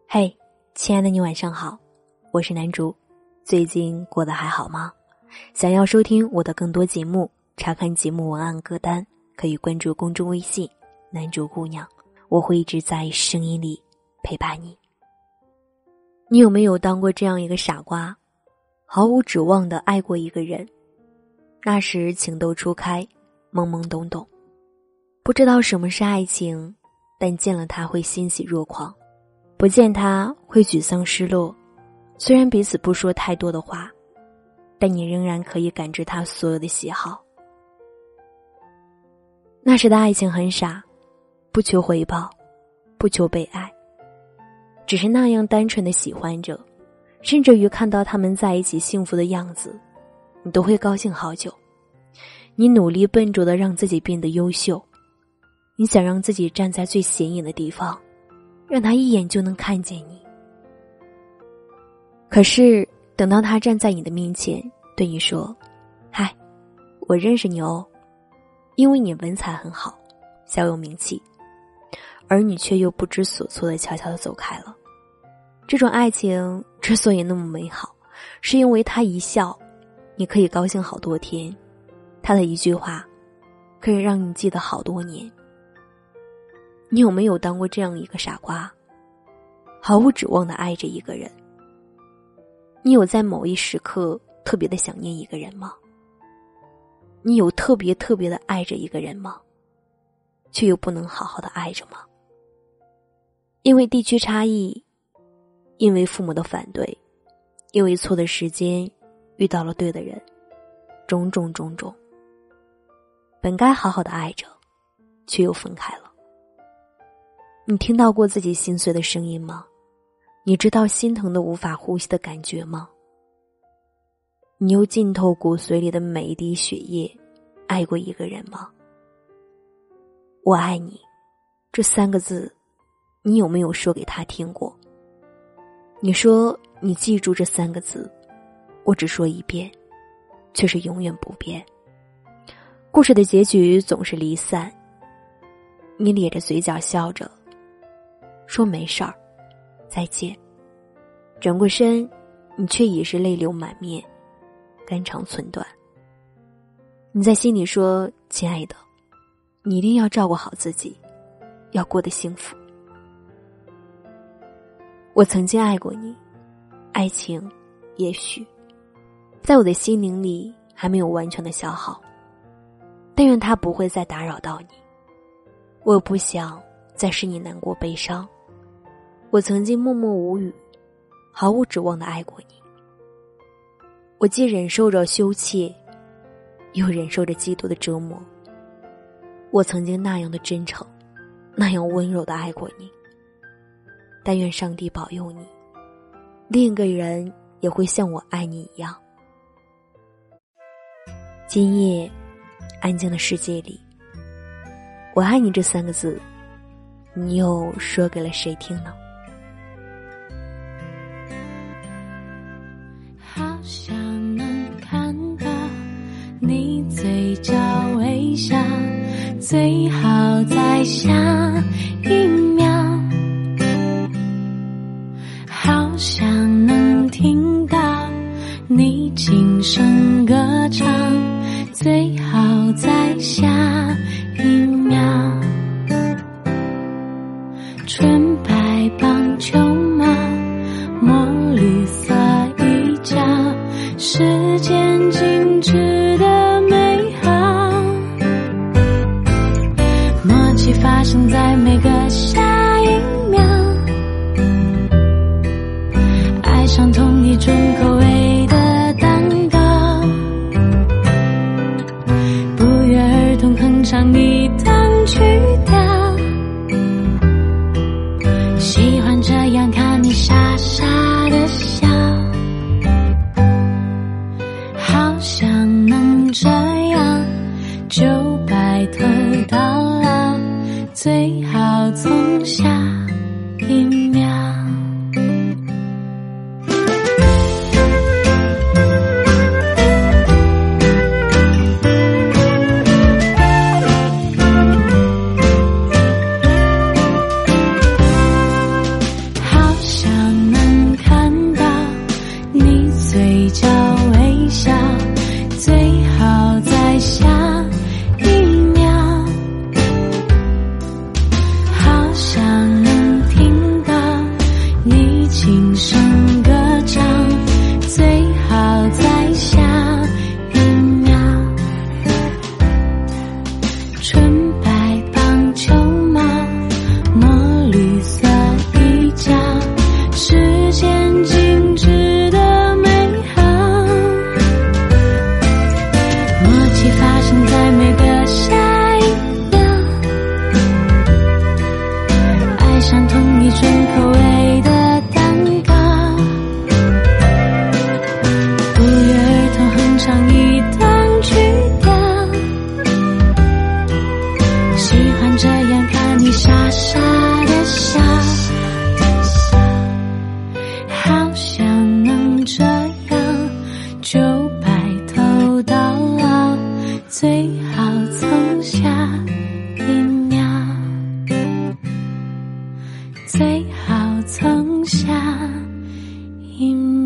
嘿，亲爱的你晚上好，我是南竹，最近过得还好吗？想要收听我的更多节目，查看节目文案歌单，可以关注公众微信南竹姑娘，我会一直在声音里陪伴你。你有没有当过这样一个傻瓜，毫无指望地爱过一个人？那时情窦初开，懵懵懂懂，不知道什么是爱情，但见了他会欣喜若狂，不见他会沮丧失落。虽然彼此不说太多的话，但你仍然可以感知他所有的喜好。那时的爱情很傻，不求回报，不求被爱，只是那样单纯的喜欢着，甚至于看到他们在一起幸福的样子，你都会高兴好久。你努力笨拙地让自己变得优秀，你想让自己站在最显眼的地方，让他一眼就能看见你。可是等到他站在你的面前对你说，嗨，我认识你哦，因为你文采很好，小有名气，而你却又不知所措地悄悄地走开了。这种爱情之所以那么美好，是因为他一笑你可以高兴好多天，他的一句话可以让你记得好多年。你有没有当过这样一个傻瓜，毫无指望地爱着一个人？你有在某一时刻特别的想念一个人吗？你有特别的爱着一个人吗？却又不能好好的爱着吗？因为地区差异，因为父母的反对，因为错的时间遇到了对的人，种种，本该好好的爱着，却又分开了。你听到过自己心碎的声音吗？你知道心疼的无法呼吸的感觉吗？你又浸透骨髓里的每一滴血液爱过一个人吗？我爱你这3个字，你有没有说给他听过？你说你记住这3个字，我只说一遍，却是永远不变。故事的结局总是离散，你咧着嘴角笑着说没事儿，再见。转过身，你却已是泪流满面，肝肠寸断。你在心里说，亲爱的，你一定要照顾好自己，要过得幸福。我曾经爱过你，爱情也许在我的心灵里还没有完全的消耗，但愿它不会再打扰到你。我不想再使你难过悲伤。我曾经默默无语，毫无指望地爱过你。我既忍受着羞怯，又忍受着极度的折磨。我曾经那样的真诚，那样温柔地爱过你。但愿上帝保佑你，另一个人也会像我爱你一样。今夜安静的世界里，我爱你这3个字，你又说给了谁听呢？ 好想能看到你嘴角微笑，最好在下一秒。好想能听到你轻声歌唱，最好在下一秒。纯白棒球帽，墨绿色衣角，时间静止的美好，默契发生在每个下一秒，爱上同一种口味的蛋糕，不约而同哼唱一段曲调，喜欢这样看你傻傻的笑，好想能这样就白头到老，最好从下一秒。好想想能听到你轻声歌唱，最好在下一秒。纯白棒球帽，墨绿色衣角，时间静止的美好，默契发生在每个下一秒，爱上同一种口味的蛋糕，不约而同哼唱一段曲调，喜欢这样看你傻傻的笑，好想能这样就白头到老，最好从下一秒，最好从下一秒。